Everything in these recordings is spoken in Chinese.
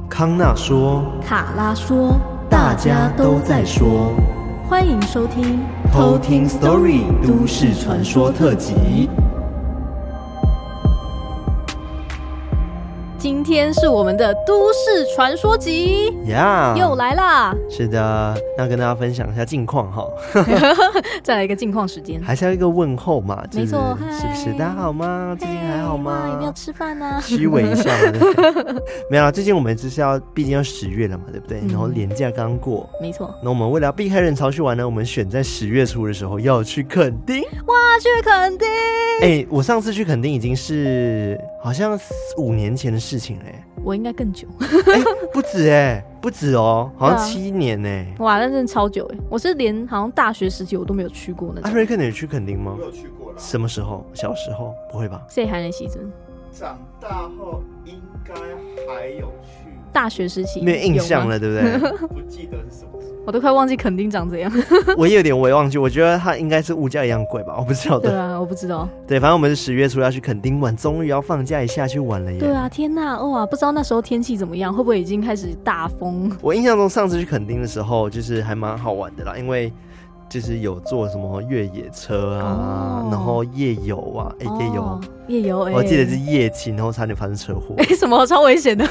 康纳说， 卡拉说， 大家都在说， 欢迎收听偷听 Story 都市传说特辑。 今天是我们的都市传说集又来啦。 是的，那跟大家分享一下近况哈。 再来一个近况时间， 还是要一个问候嘛， 没错， 是不是？大家好吗？最近还好吗？ 有没有吃饭啊？ 虚伪一下嘛。没有啦，最近我们就是毕竟要10月了嘛，对不对？然后连假刚过， 没错。 那我们为了避开人潮去玩呢，我们选在10月初的时候要去垦丁。 哇，去垦丁！ 我上次去垦丁已经是好像5年前的事情嘞。 我应该更久。 不止哦，好像7年呢。 哇，那真的超久哎！我是连好像大学时期我都没有去过那种。 瑞克，你有去垦丁吗？ 我有去过啦。 什么时候？小时候？不会吧？ 谁还能习尊？ 长大后应该还有去。 大学时期没有印象了，对不对？ 不记得是什么时候。 我都快忘记垦丁长怎样。 我也有点忘记，我觉得它应该是物价一样贵吧，我不知道的。 对啊，我不知道。 对，反正我们是10月初要去垦丁玩，终于要放假一下去玩了耶。 对啊，天哪，哇，不知道那时候天气怎么样，会不会已经开始大风？ 我印象中上次去垦丁的时候，就是还蛮好玩的啦，因为就是有坐什么越野车啊，然后夜游啊，夜游，我记得是夜骑，然后差点发生车祸。 什么超危险的？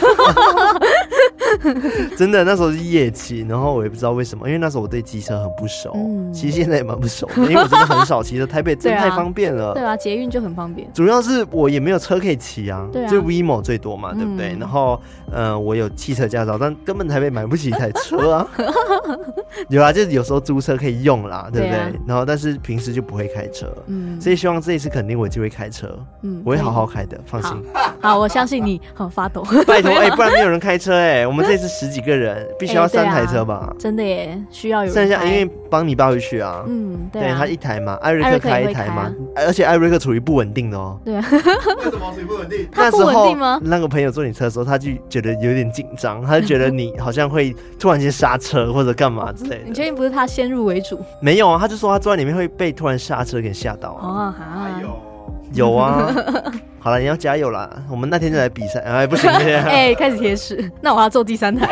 真的，那时候是夜骑，然后我也不知道为什么，因为那时候我对机车很不熟，其实现在也蛮不熟的，因为我真的很少骑车，台北真的太方便了。 对啊，捷运就很方便。 主要是我也没有车可以骑啊， 对啊， 就 WeMo 最多嘛，对不对？然后我有汽车驾照，但根本台北买不起一台车啊。有啊，就是有时候租车可以用啦，对不对？然后但是平时就不会开车，所以希望这一次肯定我就会开车，我会好好开的，放心。 好，我相信你。好，发抖。 拜托，不然没有人开车我们这次10几个人，必须要3台车吧？ 真的耶，需要有人开。 剩下因为帮你爸回去啊，对他1台嘛，艾瑞克开1台嘛，而且艾瑞克处于不稳定的哦。 对啊。 为什么处于不稳定？ 他不稳定吗？ 那个朋友坐你车的时候，他就觉得有点紧张，他就觉得你好像会突然间刹车或者干嘛之类的。 你确定不是他先入为主？ 没有啊，他就说他坐在里面会被突然刹车给吓到啊。有啊。好了，你要加油啦！我们那天就来比赛，不行。 开始贴纸，那我要坐第3台。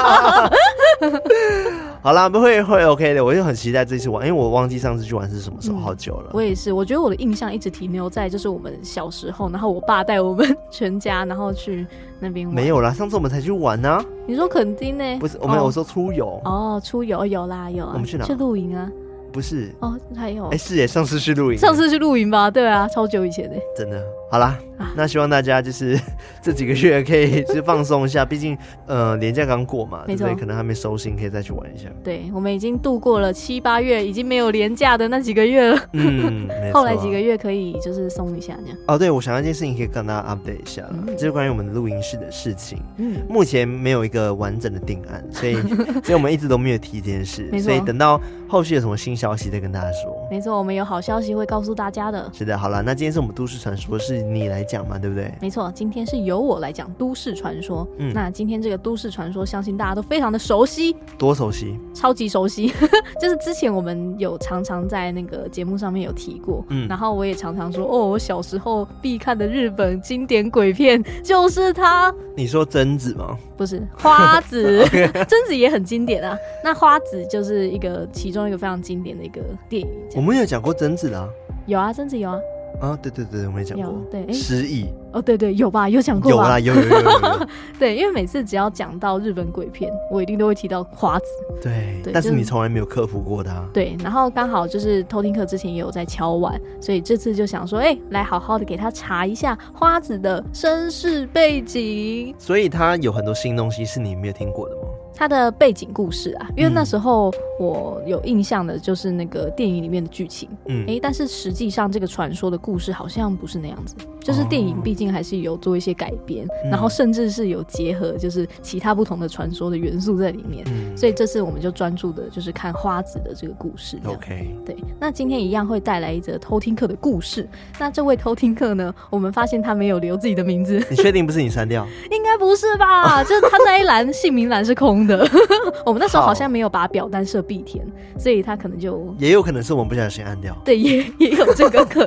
好啦，会 OK 的，我就很期待这次玩，因为我忘记上次去玩是什么时候，好久了。 我也是，我觉得我的印象一直停留在就是我们小时候，然后我爸带我们全家，然后去那边玩。 没有啦，上次我们才去玩啊。 你说垦丁呢？ 不是，我说出游。 出游有啦有啊。 我们去哪？ 去露营啊。 不是还有是上次去露营。 上次去露营吧？对啊，超久以前的。 真的。好啦，那希望大家就是这几个月可以就是放松一下，毕竟连假刚过嘛，对不对？可能还没收心，可以再去玩一下。 对，我们已经度过了7、8月，已经没有连假的那几个月了。 没错。 后来几个月可以就是松一下这样。 对，我想到一件事情可以跟大家 update 一下，就是关于我们的录音室的事情。目前没有一个完整的定案，所以我们一直都没有提这件事，所以等到后续有什么新消息再跟大家说。 没错，我们有好消息会告诉大家的。 是的，好了，那今天是我们都市传说，是你来讲嘛，对不对？ 没错，今天是由我来讲都市传说。那今天这个都市传说，相信大家都非常的熟悉。 多熟悉？ 超级熟悉。就是之前我们有常常在那个节目上面有提过，然后我也常常说，我小时候必看的日本经典鬼片就是它。 你说贞子吗？ 不是，花子。贞子也很经典啊。那花子就是其中一个非常经典的一个电影。 我们有讲过贞子啊？ 有啊，贞子有啊。 对，我们也讲过。 对， 失忆。 对，有吧？有讲过吧？ 有。 对，因为每次只要讲到日本鬼片，我一定都会提到花子。 对，但是你从来没有克服过它。 对，然后刚好就是偷听课之前也有在敲碗，所以这次就想说，来好好的给他查一下花子的身世背景。 所以他有很多新东西是你没有听过的吗？ 它的背景故事啊，因为那时候我有印象的就是那个电影里面的剧情，但是实际上这个传说的故事好像不是那样子，就是电影毕竟还是有做一些改编，然后甚至是有结合就是其他不同的传说的元素在里面，所以这次我们就专注的就是看花子的这个故事。 OK， 对，那今天一样会带来一则偷听客的故事。那这位偷听客呢，我们发现他没有留自己的名字， 你确定不是你删掉？ 应该不是吧？就是他那一栏姓名栏是空的。我们那时候好像没有把表单设必填，所以他可能就也有可能是我们不小心按掉。 对，也有这个可能。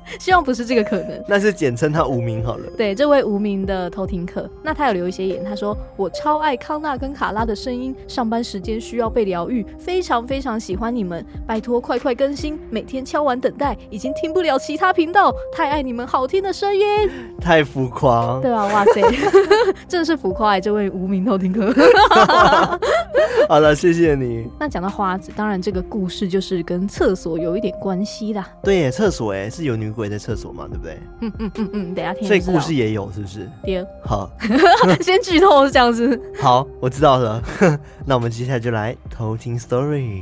希望不是这个可能。 那是简称他无名好了。 对，这位无名的偷听客，那他有留一些言，他说我超爱康纳跟卡拉的声音，上班时间需要被疗愈，非常非常喜欢你们，拜托快快更新，每天敲完等待，已经听不了其他频道，太爱你们好听的声音。 太浮夸， 对啊，哇塞，真的是浮夸这位无名偷听客。 好了，谢谢你。 那讲到花子，当然这个故事就是跟厕所有一点关系啦。 对耶，厕所是有女鬼在厕所嘛，对不对？ 等一下听。 所以故事也有是不是？ 对。 好， 先剧透是这样子。 好，我知道了。那我们接下来就来偷听 story。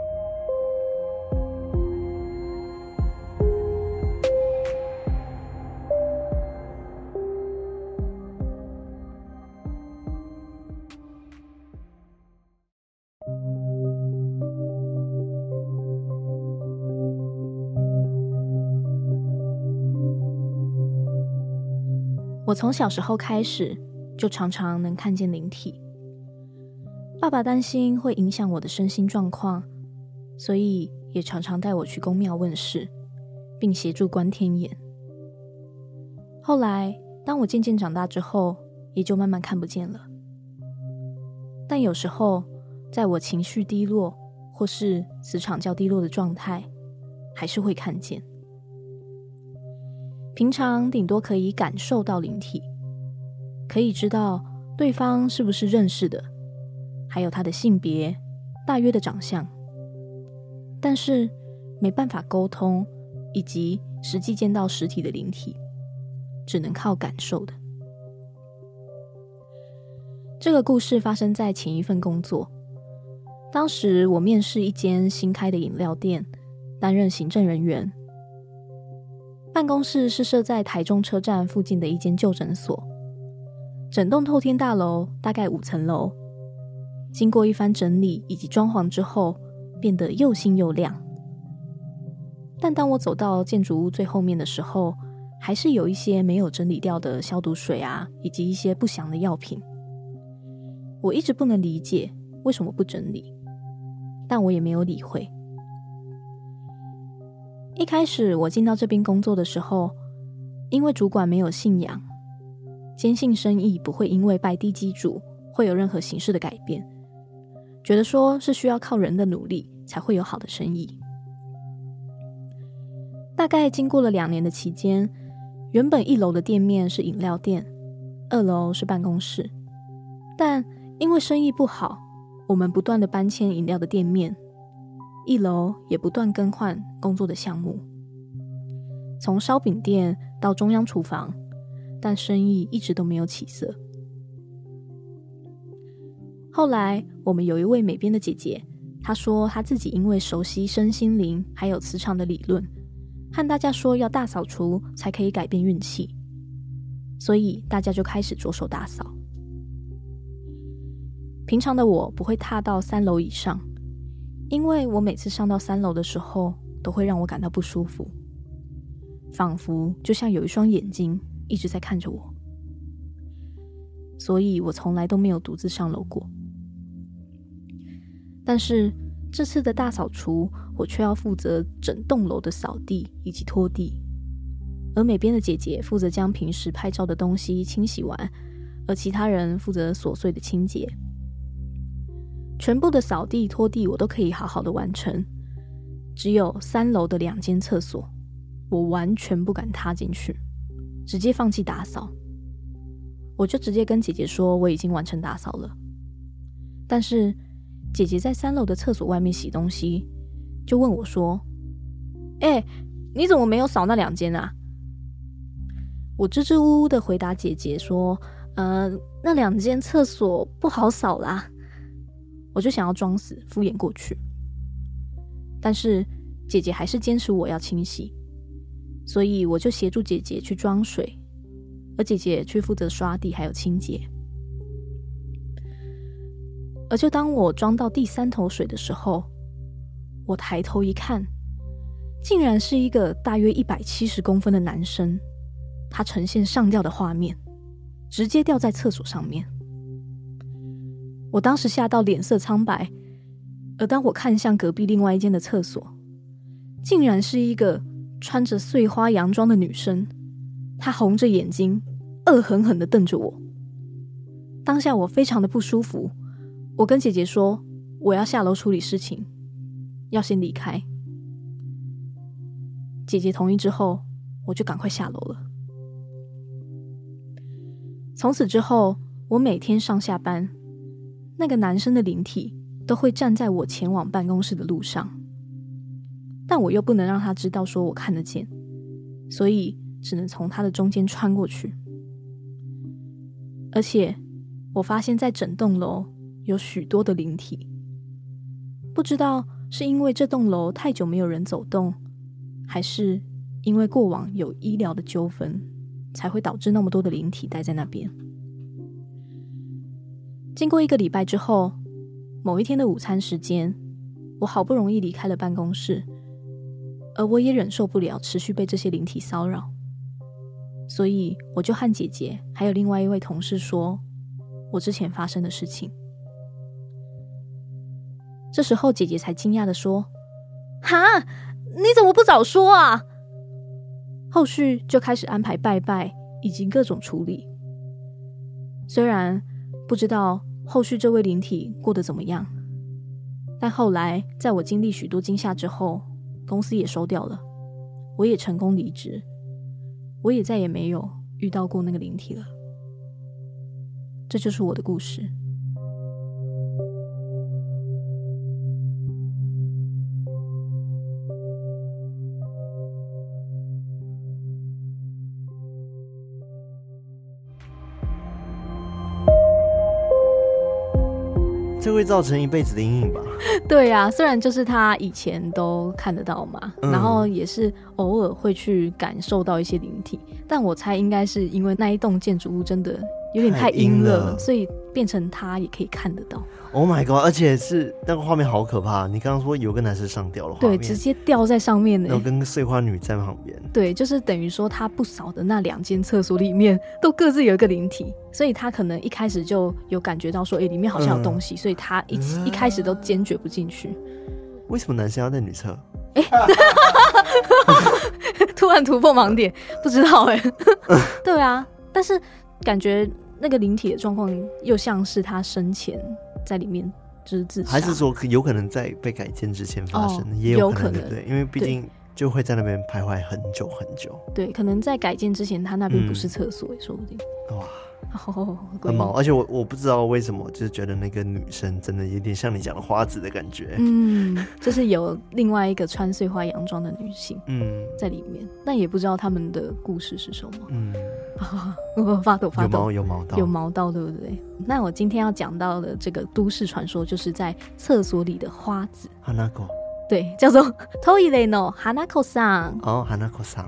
我从小时候开始就常常能看见灵体，爸爸担心会影响我的身心状况，所以也常常带我去宫庙问事，并协助观天眼。后来当我渐渐长大之后，也就慢慢看不见了。但有时候在我情绪低落或是磁场较低落的状态，还是会看见。平常顶多可以感受到灵体，可以知道对方是不是认识的，还有他的性别、大约的长相，但是没办法沟通，以及实际见到实体的灵体，只能靠感受的。这个故事发生在前一份工作，当时我面试一间新开的饮料店，担任行政人员。办公室是设在台中车站附近的一间旧诊所，整栋透天大楼大概5层楼，经过一番整理以及装潢之后，变得又新又亮。但当我走到建筑物最后面的时候，还是有一些没有整理掉的消毒水啊，以及一些不详的药品。我一直不能理解为什么不整理，但我也没有理会。一开始我进到这边工作的时候，因为主管没有信仰，坚信生意不会因为拜地基主会有任何形式的改变，觉得说是需要靠人的努力才会有好的生意。大概经过了2年的期间，原本1楼的店面是饮料店，2楼是办公室，但因为生意不好，我们不断的搬迁饮料的店面，1楼也不断更换工作的项目，从烧饼店到中央厨房，但生意一直都没有起色。后来我们有一位美编的姐姐，她说她自己因为熟悉身心灵还有磁场的理论，和大家说要大扫除才可以改变运气，所以大家就开始着手打扫。平常的我不会踏到3楼以上，因为我每次上到3楼的时候都会让我感到不舒服，仿佛就像有一双眼睛一直在看着我，所以我从来都没有独自上楼过。但是这次的大扫除，我却要负责整栋楼的扫地以及拖地，而美编的姐姐负责将平时拍照的东西清洗完，而其他人负责琐碎的清洁。全部的扫地拖地我都可以好好的完成，只有3楼的2间厕所，我完全不敢踏进去，直接放弃打扫。我就直接跟姐姐说我已经完成打扫了，但是姐姐在3楼的厕所外面洗东西，就问我说：你怎么没有扫那2间啊？我支支吾吾的回答姐姐说那2间厕所不好扫啦。我就想要装死敷衍过去，但是姐姐还是坚持我要清洗，所以我就协助姐姐去装水，而姐姐去负责刷地还有清洁。而就当我装到第3头水的时候，我抬头一看，竟然是一个大约170公分的男生，他呈现上吊的画面，直接吊在厕所上面。我当时吓到脸色苍白，而当我看向隔壁另外一间的厕所，竟然是一个穿着碎花洋装的女生，她红着眼睛，恶狠狠地瞪着我。当下我非常的不舒服，我跟姐姐说我要下楼处理事情，要先离开。姐姐同意之后，我就赶快下楼了。从此之后，我每天上下班，那个男生的灵体都会站在我前往办公室的路上，但我又不能让他知道说我看得见，所以只能从他的中间穿过去。而且我发现在整栋楼有许多的灵体，不知道是因为这栋楼太久没有人走动，还是因为过往有医疗的纠纷，才会导致那么多的灵体待在那边。经过1个礼拜之后，某一天的午餐时间，我好不容易离开了办公室，而我也忍受不了持续被这些灵体骚扰，所以我就和姐姐还有另外一位同事说我之前发生的事情。这时候姐姐才惊讶地说：哈，你怎么不早说啊？后续就开始安排拜拜以及各种处理。虽然不知道后续这位灵体过得怎么样，但后来在我经历许多惊吓之后，公司也收掉了，我也成功离职，我也再也没有遇到过那个灵体了。这就是我的故事。 这会造成一辈子的阴影吧？ 对啊，虽然就是他以前都看得到嘛，然后也是偶尔会去感受到一些灵体，但我猜应该是因为那一栋建筑物真的有点太阴了，所以变成他也可以看得到。 Oh my god！ 而且是那个画面好可怕。你刚刚说有个男生上吊的画面， 对，直接吊在上面， 然后跟碎花女在旁边。 对，就是等于说他不少的那2间厕所里面都各自有一个灵体，所以他可能一开始就有感觉到说，里面好像有东西，所以他一开始都坚决不进去。 为什么男生要在女厕？ 突然突破盲点，不知道对啊，但是感觉那个灵体的状况又像是他生前在里面就是自杀， 还是说有可能在被改建之前发生的，也有可能，对，因为毕竟就会在那边徘徊很久很久。 对，可能在改建之前他那边不是厕所，说不定。 哇，很毛，而且我不知道为什么，就是觉得那个女生真的有点像你讲的花子的感觉。 就是有另外一个穿碎花洋装的女性在里面，但也不知道他们的故事是什么。发抖，有毛到，对不对？那我今天要讲到的这个都市传说，就是在厕所里的花子。对，叫做トイレの花子さん。 花子さん，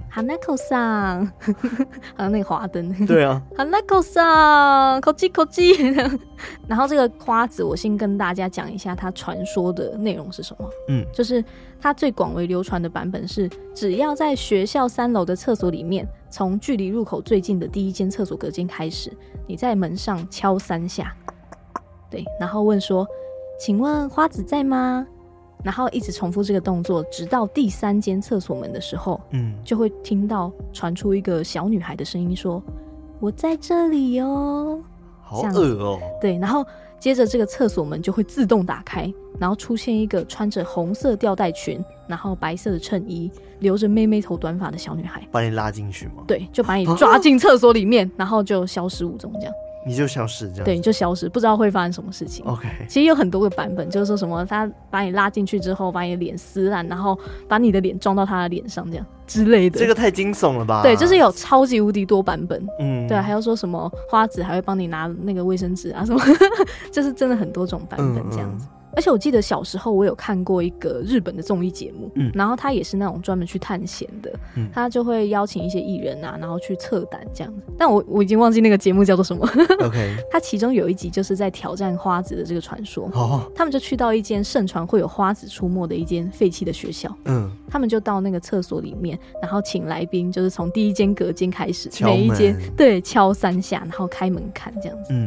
还有那个花灯。 对啊， 花子さん，こっちこっち。然后这个花子，我先跟大家讲一下它传说的内容是什么。就是它最广为流传的版本是，只要在学校3楼的厕所里面，从距离入口最近的第1间厕所隔间开始，你在门上敲3下，对，然后问说：“请问花子在吗？”然后一直重复这个动作，直到第3间厕所门的时候，就会听到传出一个小女孩的声音说：“我在这里哦。” 好恶哦。 对，然后接着这个厕所门就会自动打开，然后出现一个穿着红色吊带裙，然后白色的衬衣，留着妹妹头短发的小女孩， 把你拉进去吗？ 对，就把你抓进厕所里面，然后就消失无踪这样。 你就消失这样？ 对，你就消失，不知道会发生什么事情。 OK， 其实有很多个版本，就是说什么他把你拉进去之后，把你的脸撕烂，然后把你的脸撞到他的脸上，这样之类的。 这个太惊悚了吧？ 对，就是有超级无敌多版本。对，还要说什么花子还会帮你拿那个卫生纸啊什么，就是真的很多种版本这样子。而且我记得小时候我有看过一个日本的综艺节目，然后他也是那种专门去探险的，他就会邀请一些艺人啊，然后去测胆这样子。但我已经忘记那个节目叫做什么。 OK， 他其中有一集就是在挑战花子的这个传说。他们就去到一间盛传会有花子出没的一间废弃的学校。他们就到那个厕所里面，然后请来宾就是从第1间隔间开始，每一间对敲3下，然后开门看这样子。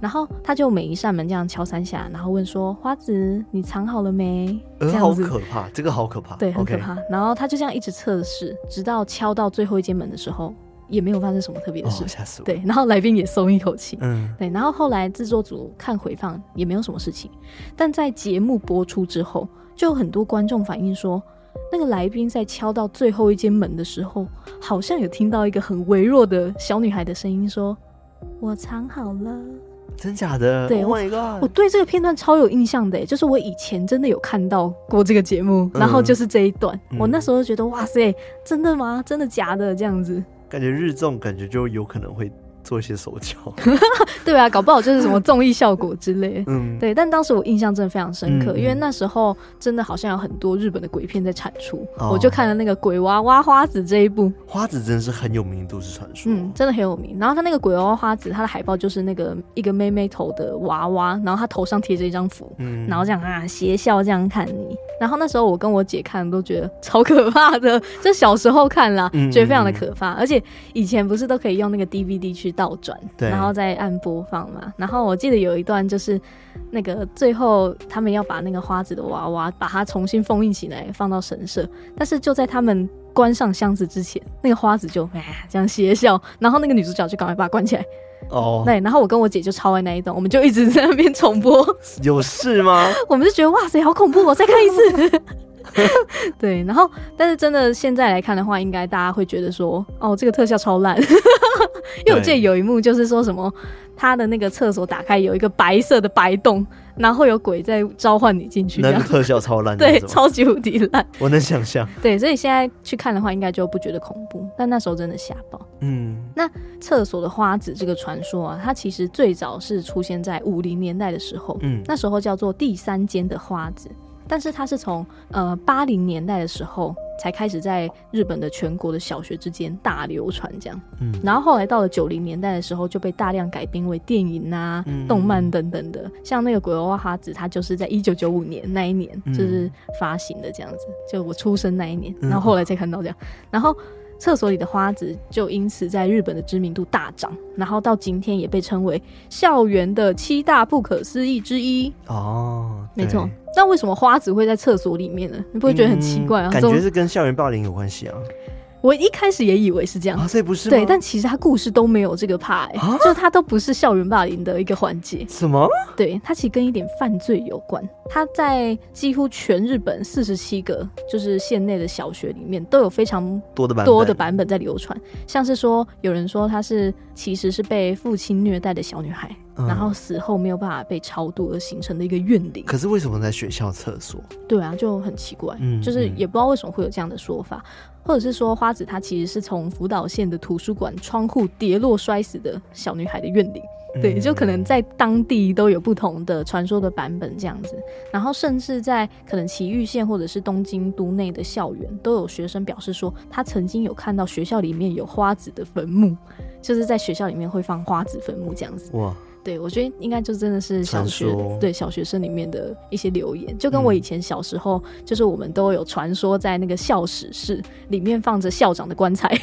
然后他就每一扇门这样敲3下，然后问说花子你藏好了没，这样好子可怕，这个好可怕， 对，很可怕。然后他就这样一直测试，直到敲到最后一间门的时候也没有发生什么特别的事， 吓死我。 对，然后来宾也松一口气，对，然后后来制作组看回放也没有什么事情，但在节目播出之后，就有很多观众反映说，那个来宾在敲到最后一间门的时候，好像有听到一个很微弱的小女孩的声音说：“我藏好了。” 真假的？ 对 ，Oh my god！ 我对这个片段超有印象的，就是我以前真的有看到过这个节目，然后就是这一段，我那时候就觉得哇塞，真的吗？真的假的？这样子， 感觉日综感觉就有可能会做一些手脚。 对啊，搞不好就是什么综艺效果之类的。对，但当时我印象真的非常深刻，因为那时候真的好像有很多日本的鬼片在产出，我就看了那个鬼娃娃花子这一部。 花子真的是很有名，都市传说， 真的很有名。然后他那个鬼娃娃花子，他的海报就是那个一个妹妹头的娃娃，然后他头上贴着一张符，然后这样邪笑这样看你。然后那时候我跟我姐看都觉得超可怕的，就小时候看啦，觉得非常的可怕。而且以前不是都可以用那个 DVD 去倒转，然后再按播放嘛。然后我记得有一段就是那个最后他们要把那个花子的娃娃把它重新封印起来放到神社，但是就在他们关上箱子之前，那个花子就这样邪笑，然后那个女主角就赶快把它关起来。对，然后我跟我姐就超爱那一段，我们就一直在那边重播。 有事吗？ 我们就觉得哇塞好恐怖，我再看一次。对，然后但是真的现在来看的话，应该大家会觉得说这个特效超烂。因为我记得有一幕就是说什么他的那个厕所打开有一个白色的白洞，然后有鬼在召唤你进去， 那个特效超烂。 对，超级无敌烂， 我能想象。 对，所以现在去看的话应该就不觉得恐怖，但那时候真的吓爆。那厕所的花子这个传说啊，它其实最早是出现在50年代的时候，那时候叫做第3间的花子，但是它是从80年代的时候才开始在日本的全国的小学之间大流传这样，然后后来到了90年代的时候就被大量改编为电影啊、动漫等等的，像那个鬼娃娃花子，它就是在1995年那一年就是发行的这样子，就我出生那一年，然后后来才看到这样，然后厕所里的花子就因此在日本的知名度大涨，然后到今天也被称为校园的7大不可思议之一。没错。那为什么花子会在厕所里面呢？你不会觉得很奇怪啊？ 感觉是跟校园霸凌有关系啊。 我一开始也以为是这样， 所以不是吗？ 对，但其实他故事都没有这个怕，就他都不是校园霸凌的一个环节。 什么？ 对，他其实跟一点犯罪有关。他在几乎全日本47个就是县内的小学里面都有非常多的版本在流传，像是说有人说他其实是被父亲虐待的小女孩，然后死后没有办法被超度而形成的一个怨灵。 可是为什么在学校厕所？ 对啊，就很奇怪，就是也不知道为什么会有这样的说法，或者是说花子她其实是从福岛县的图书馆窗户跌落摔死的小女孩的怨灵。对，就可能在当地都有不同的传说的版本这样子，然后甚至在可能埼玉县或者是东京都内的校园都有学生表示说他曾经有看到学校里面有花子的坟墓，就是在学校里面会放花子坟墓这样子。哇，对，我觉得应该就真的是小学生里面的一些留言，就跟我以前小时候就是我们都有传说在那个校史室里面放着校长的棺材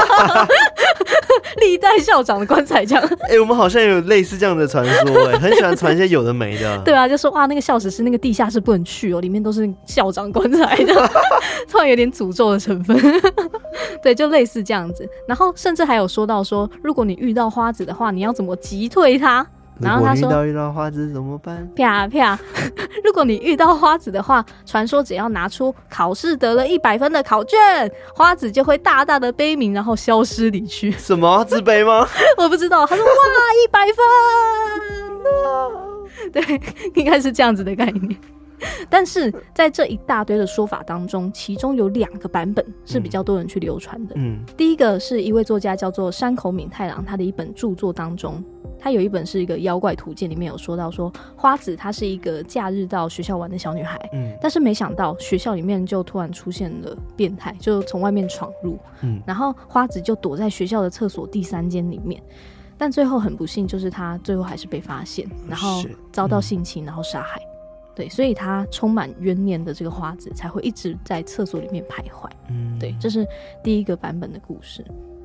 历代校长的棺材这样。 我们好像有类似这样的传说，很喜欢传一些有的没的。 对啊，就说哇那个校史室那个地下室不能去里面都是校长棺材的突然有点诅咒的成分对，就类似这样子。然后甚至还有说到说，如果你遇到花子的话，你要怎么击退它。然后他说遇到花子怎么办？ 啪啪如果你遇到花子的话，传说只要拿出考试得了100分的考卷，花子就会大大的悲鸣，然后消失离去。 什么自卑吗？ 我不知道。他说哇100分对，应该是这样子的概念。但是在这一大堆的说法当中，其中有2个版本是比较多人去流传的。第一个是一位作家叫做山口敏太郎，他的一本著作当中，他有一本是一个妖怪图鉴，里面有说到说花子她是一个假日到学校玩的小女孩，但是没想到学校里面就突然出现了变态，就从外面闯入，然后花子就躲在学校的厕所第3间里面，但最后很不幸就是她最后还是被发现，然后遭到性侵，然后杀害。对，所以他充满冤念的这个花子才会一直在厕所里面徘徊。对，这是第一个版本的故事。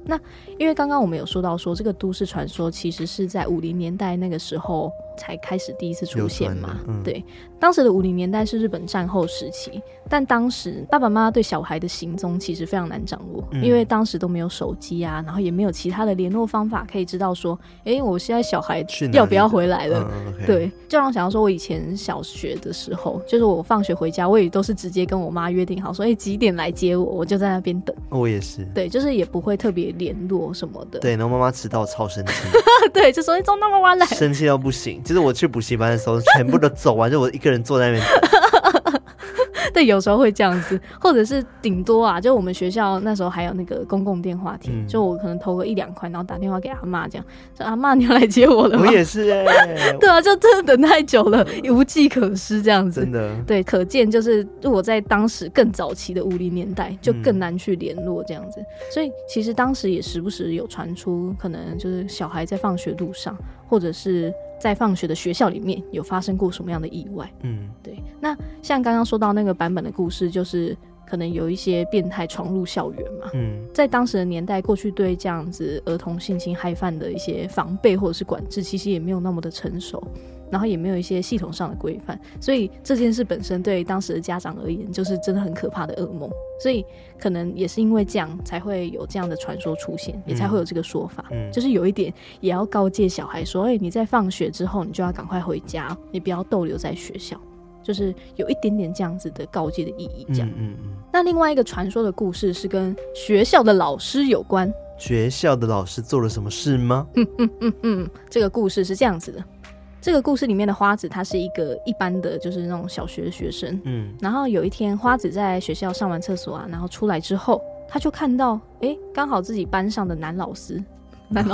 那因为刚刚我们有说到说这个都市传说其实是在50年代那个时候才开始第一次出现嘛，对，当时的50年代是日本战后时期，但当时爸爸妈妈对小孩的行踪其实非常难掌握，因为当时都没有手机啊，然后也没有其他的联络方法可以知道说我现在小孩要不要回来了，对，就让我想到说我以前小学的时候，就是我放学回家我也都是直接跟我妈约定好说几点来接我，我就在那边等。 我也是， 对，就是也不会特别联络什么的。 对，然后妈妈迟到超生气对，就说你怎么那么晚来， 生气到不行。就是我去补习班的时候全部都走完，就我一个人坐在那边等对，有时候会这样子，或者是顶多啊，就我们学校那时候还有那个公共电话亭，就我可能投个1-2块，然后打电话给阿嬷，这样说阿嬷你要来接我了吗？ 我也是对啊，就真的等太久了，无计可施这样子， 真的。 对，可见就是如果在当时更早期的50年代，就更难去联络这样子，所以其实当时也时不时有传出，可能就是小孩在放学路上，或者是在放学的学校里面有发生过什么样的意外。对。那像刚刚说到那个版本的故事，就是可能有一些变态闯入校园嘛。在当时的年代，过去对这样子儿童性侵害犯的一些防备或者是管制，其实也没有那么的成熟，然后也没有一些系统上的规范，所以这件事本身对当时的家长而言，就是真的很可怕的噩梦。所以可能也是因为这样，才会有这样的传说出现，也才会有这个说法，就是有一点也要告诫小孩说，你在放学之后，你就要赶快回家，你不要逗留在学校。就是有一点点这样子的告诫的意义这样。那另外一个传说的故事是跟学校的老师有关。 学校的老师做了什么事吗？ 这个故事是这样子的，这个故事里面的花子他是一个一般的就是那种小学的学生，然后有一天花子在学校上完厕所啊，然后出来之后他就看到刚好自己班上的老师，然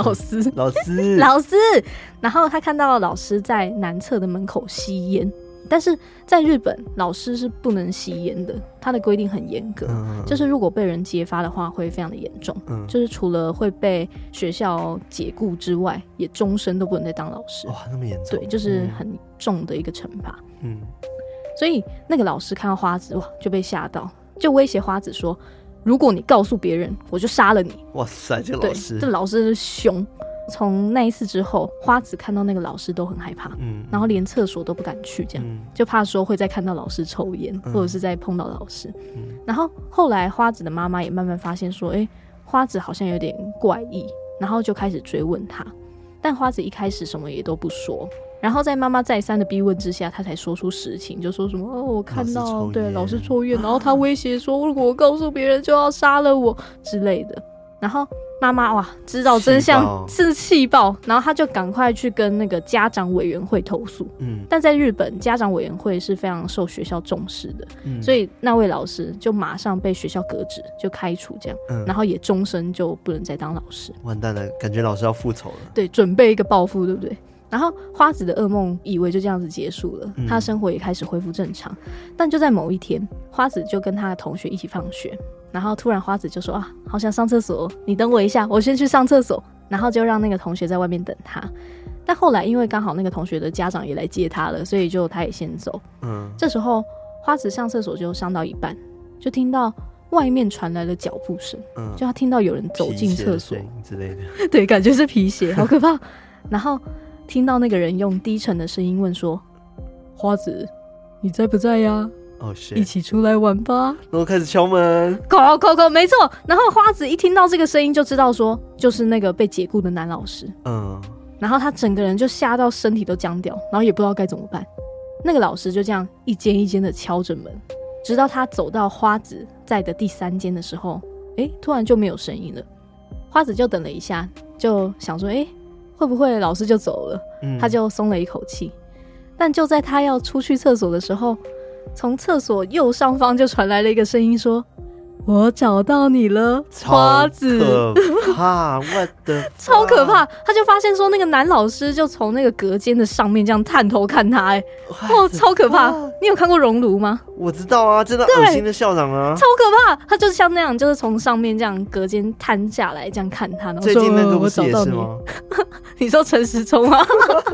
后他看到老师在男厕的门口吸烟，但是在日本老师是不能吸烟的，他的规定很严格，就是如果被人揭发的话会非常的严重，就是除了会被学校解雇之外，也终身都不能再当老师。 哇，那么严重？ 对，就是很重的一个惩罚。所以那个老师看到花子哇就被吓到，就威胁花子说，如果你告诉别人我就杀了你。 哇塞，这个老师， 这老师是凶。从那一次之后，花子看到那个老师都很害怕，然后连厕所都不敢去，这样就怕说会再看到老师抽烟，或者是再碰到老师。然后后来花子的妈妈也慢慢发现说，花子好像有点怪异，然后就开始追问他，但花子一开始什么也都不说，然后在妈妈再三的逼问之下，他才说出实情，就说什么我看到老师抽烟，然后他威胁说如果我告诉别人就要杀了我之类的。然后妈妈哇知道真相是气爆，然后他就赶快去跟那个家长委员会投诉。但在日本家长委员会是非常受学校重视的，所以那位老师就马上被学校革职，就开除这样，然后也终身就不能再当老师。 完蛋了，感觉老师要复仇了。 对，准备一个报复，对不对？然后花子的噩梦以为就这样子结束了，他的生活也开始恢复正常。但就在某一天，花子就跟他的同学一起放学，然后突然花子就说好想上厕所，你等我一下，我先去上厕所。然后就让那个同学在外面等他。但后来因为刚好那个同学的家长也来接他了，所以就他也先走。这时候花子上厕所就上到一半，就听到外面传来了脚步声，就他听到有人走进厕所之类的， 对，感觉是皮鞋，好可怕。然后听到那个人用低沉的声音问说，花子你在不在呀？一起出来玩吧。 然后开始敲门， 扣，没错。然后花子一听到这个声音就知道说就是那个被解雇的男老师。然后他整个人就吓到身体都僵掉，然后也不知道该怎么办。那个老师就这样一间一间的敲着门，直到他走到花子在的第3间的时候，突然就没有声音了。花子就等了一下，就想说会不会老师就走了，他就松了一口气。但就在他要出去厕所的时候，从厕所右上方就传来了一个声音说，我找到你了，花子。 可怕，我的超可怕。他就发现说那个男老师就从那个隔间的上面这样探头看他，超可怕。你有看过熔炉吗？ 我知道啊，真的恶心的校长啊， 超可怕。他就是像那样，就是从上面这样隔间探下来这样看他，然后说最近那个不是也是吗？ 你说陈时中吗？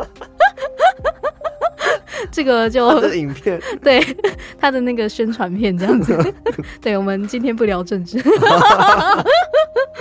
这个就他的影片， 对，他的那个宣传片这样子。对，我们今天不聊政治。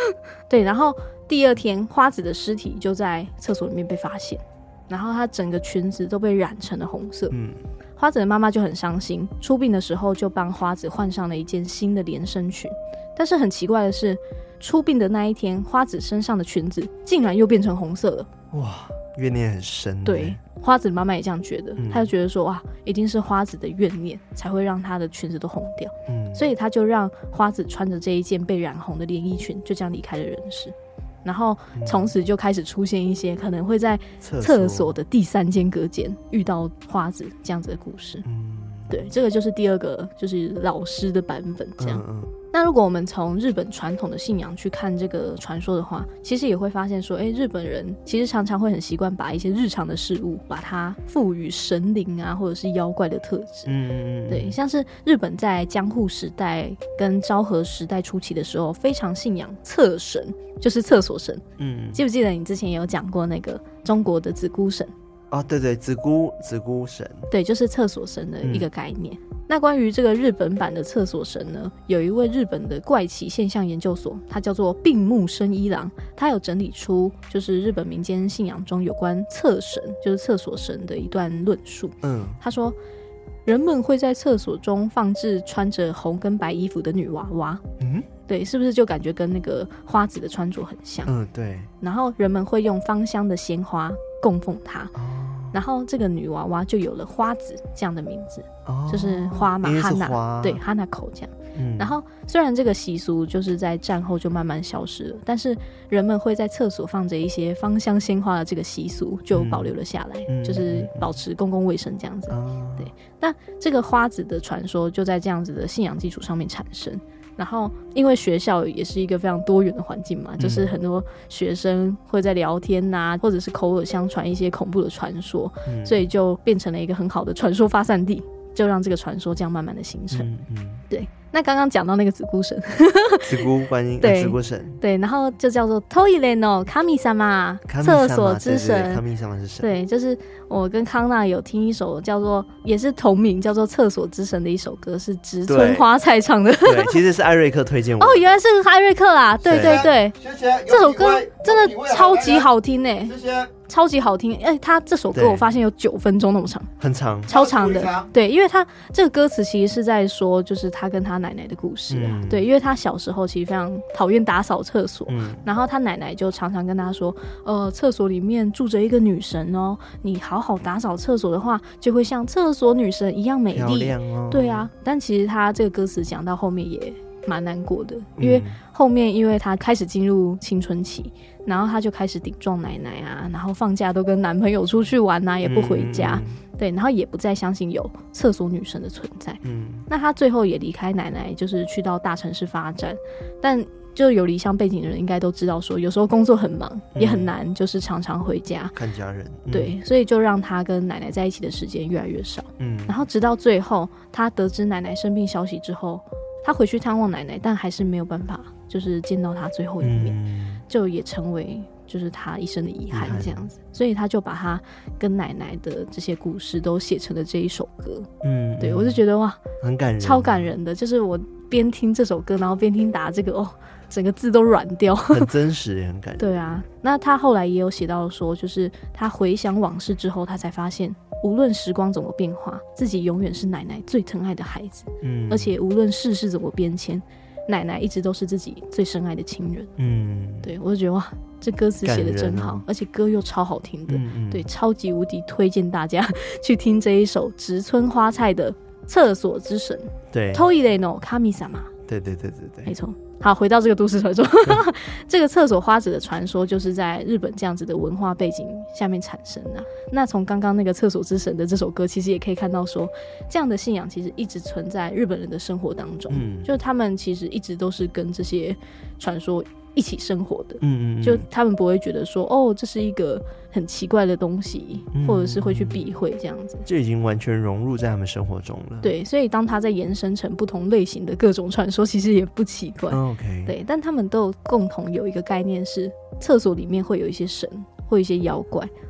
对，然后第二天花子的尸体就在厕所里面被发现，然后她整个裙子都被染成了红色。花子的妈妈就很伤心，出殡的时候就帮花子换上了一件新的连身裙。但是很奇怪的是，出殡的那一天，花子身上的裙子竟然又变成红色了。 哇，怨念很深。 对，花子的妈妈也这样觉得，她就觉得说哇，一定是花子的怨念才会让她的裙子都红掉。所以她就让花子穿着这一件被染红的连衣裙，就这样离开了人世。然后从此就开始出现一些可能会在厕所的第3间隔间遇到花子这样子的故事。对，这个就是第二个，就是老师的版本这样。那如果我们从日本传统的信仰去看这个传说的话，其实也会发现说，日本人其实常常会很习惯把一些日常的事物把它赋予神灵啊或者是妖怪的特质。对，像是日本在江户时代跟昭和时代初期的时候非常信仰厕神，就是厕所神。记不记得你之前也有讲过那个中国的子姑神？ 哦，对对，子姑神， 对，就是厕所神的一个概念。那关于这个日本版的厕所神呢，有一位日本的怪奇现象研究所，他叫做病木生一郎，他有整理出就是日本民间信仰中有关厕神，就是厕所神的一段论述。他说，人们会在厕所中放置穿着红跟白衣服的女娃娃。对，是不是就感觉跟那个花子的穿着很像？ 对。 然后人们会用芳香的鲜花供奉她。然后这个女娃娃就有了花子这样的名字。就是花嘛，哈娜，对，哈娜口这样。然后虽然这个习俗就是在战后就慢慢消失了，但是人们会在厕所放着一些芳香鲜花的这个习俗就保留了下来，就是保持公共卫生这样子。对，那这个花子的传说就在这样子的信仰基础上面产生。然后因为学校也是一个非常多元的环境嘛，就是很多学生会在聊天啊，或者是口耳相传一些恐怖的传说，所以就变成了一个很好的传说发散地，就让这个传说这样慢慢的形成。对，那刚刚讲到那个子姑神， 子姑观音，子姑神， 对，然后就叫做 Toilet no Kami-sama， 厕所之神。 Kami-sama 是神。 对，就是我跟康纳有听一首叫做也是同名叫做厕所之神的一首歌，是植村花菜唱的。 对，其实是艾瑞克推荐我。 原来是艾瑞克啦。对对对， 谢谢。 这首歌真的超级好听欸。 谢谢。 超级好听，他这首歌我发现有9分钟那么长， 很长， 超长的。对，因为他这个歌词其实是在说，就是他跟他奶奶的故事啊。对，因为他小时候其实非常讨厌打扫厕所，然后他奶奶就常常跟他说，厕所里面住着一个女神哦，你好好打扫厕所的话，就会像厕所女神一样美丽。 漂亮哦。 对啊，但其实他这个歌词讲到后面也蛮难过的，因为后面因为他开始进入青春期，然后他就开始顶撞奶奶啊，然后放假都跟男朋友出去玩啊，也不回家。对，然后也不再相信有厕所女神的存在。那他最后也离开奶奶，就是去到大城市发展。但就有离乡背景的人应该都知道说，有时候工作很忙，也很难就是常常回家看家人。 对，所以就让他跟奶奶在一起的时间越来越少。然后直到最后他得知奶奶生病消息之后，他回去探望奶奶，但还是没有办法就是见到她最后一面，就也成为就是他一生的遗憾这样子。所以他就把他跟奶奶的这些故事都写成了这一首歌。对，我就觉得哇， 很感人， 超感人的。就是我边听这首歌，然后边听打这个整个字都软掉， 很真实也很感人。 对啊，那他后来也有写到说，就是他回想往事之后，他才发现无论时光怎么变化，自己永远是奶奶最疼爱的孩子。而且无论世事怎么变迁，奶奶一直都是自己最深爱的亲人。对，我就觉得哇，这歌词写得真好，而且歌又超好听的。对，超级无敌推荐大家去听这一首植村花菜的厕所之神。 对 Toilet no Kami-sama。对，没错。好，回到这个都市传说，这个厕所花子的传说就是在日本这样子的文化背景下面产生的。那从刚刚那个厕所之神的这首歌，其实也可以看到说，这样的信仰其实一直存在日本人的生活当中。就是他们其实一直都是跟这些传说一起生活的。就他们不会觉得说这是一个很奇怪的东西，或者是会去避讳这样子， 就已经完全融入在他们生活中了。 对，所以当它在延伸成不同类型的各种传说，其实也不奇怪。对，但他们都有共同有一个概念是，厕所里面会有一些神，会有一些妖怪，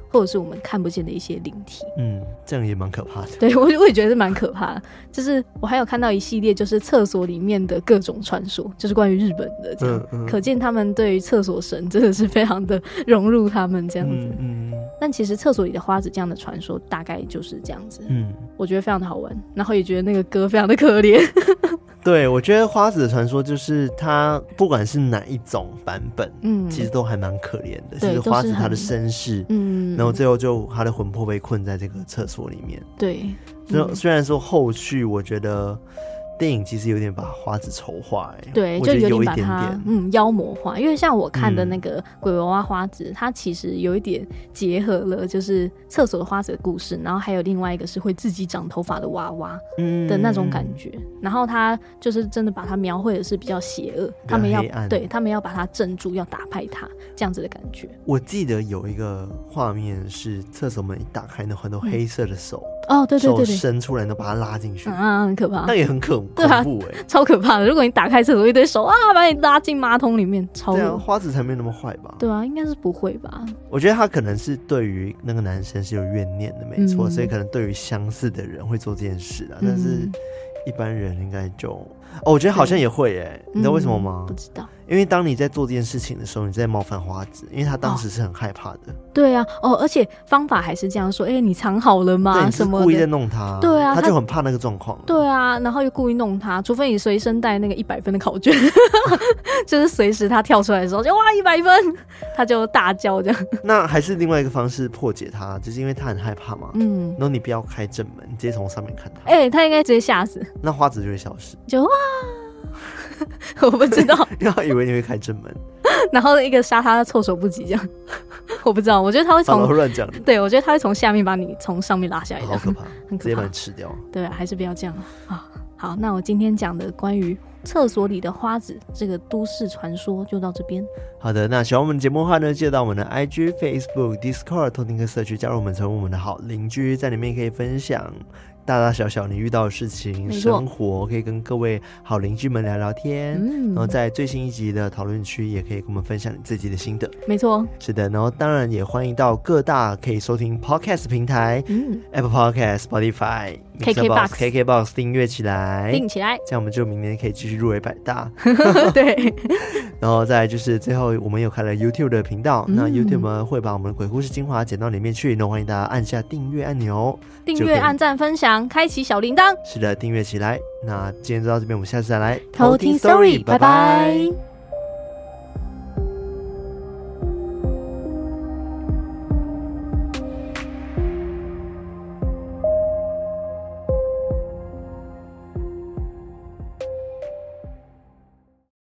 或者是我们看不见的一些灵体。 这样也蛮可怕的。 对，我也觉得是蛮可怕的。就是我还有看到一系列就是厕所里面的各种传说，就是关于日本的这样，可见他们对于厕所神真的是非常的融入他们这样子。但其实厕所里的花子这样的传说大概就是这样子。我觉得非常的好玩，然后也觉得那个歌非常的可怜。 对，我觉得花子的传说就是它不管是哪一种版本，其实都还蛮可怜的。就是花子他的身世，然后最后就他的魂魄被困在这个厕所里面。 对， 虽然说后续我觉得电影其实有点把花子丑化， 对，就有点把它妖魔化。因为像我看的那个鬼娃娃花子，它其实有一点结合了就是厕所的花子的故事，然后还有另外一个是会自己长头发的娃娃的那种感觉。然后他就是真的把它描绘的是比较邪恶，他们要把它镇住，要打败它这样子的感觉。 我记得有一个画面是厕所门一打开，很多黑色的手， 对， 手伸出来都把它拉进去， 很可怕， 那也很恐怖超可怕的。如果你打开厕所一堆手把你拉进马桶里面，超这样花子才没那么坏吧？对啊，应该是不会吧？ 我觉得他可能是对于那个男生是有怨念的，没错，所以可能对于相似的人会做这件事但是一般人应该就我觉得好像也会你知道为什么吗？ 不知道。 因为当你在做这件事情的时候，你在冒犯花子，因为他当时是很害怕的。 对啊，而且方法还是这样说，你藏好了吗？ 对， 什么的， 故意在弄他。 对啊， 他就很怕那个状况。 对啊，然后又故意弄他，除非你随身带那个100分的考卷，就是随时他跳出来的时候就哇100分，他就大叫这样。 那还是另外一个方式破解他，就是因为他很害怕嘛。然后你不要开正门，你直接从上面看他。 他应该直接吓死。 那花子就会消失。 就哇。我不知道， 因为他以为你会开正门， 然后一个杀他措手不及这样。我不知道，我觉得他会从乱讲。对， 我觉得他会从下面把你从上面拉下来， 好可怕， 很可怕， 直接把你吃掉。 对，还是不要这样好，那我今天讲的关于厕所里的花子这个都市传说就到这边。 好的，那喜欢我们的节目的话呢，记得到我们的 IG、Facebook、Discord 偷听客社区加入我们，成为我们的好邻居，在里面可以分享大大小小你遇到的事情、生活，可以跟各位好邻居们聊聊天。然后在最新一集的讨论区也可以跟我们分享你自己的心得。 没错， 是的。然后当然也欢迎到各大可以收听 Podcast 平台，Apple Podcast、Spotify、KKBox 订阅起来，这样我们就明年可以继续入围百大。 对。 然后再来就是最后我们有开了 YouTube 的频道，那 YouTube 呢会把我们的鬼故事精华剪到里面去，那欢迎大家按下订阅按钮， 订阅、按赞、分享，开启小铃铛。 是的，订阅起来。那今天就到这边，我们下次再来偷听 Story， 拜拜。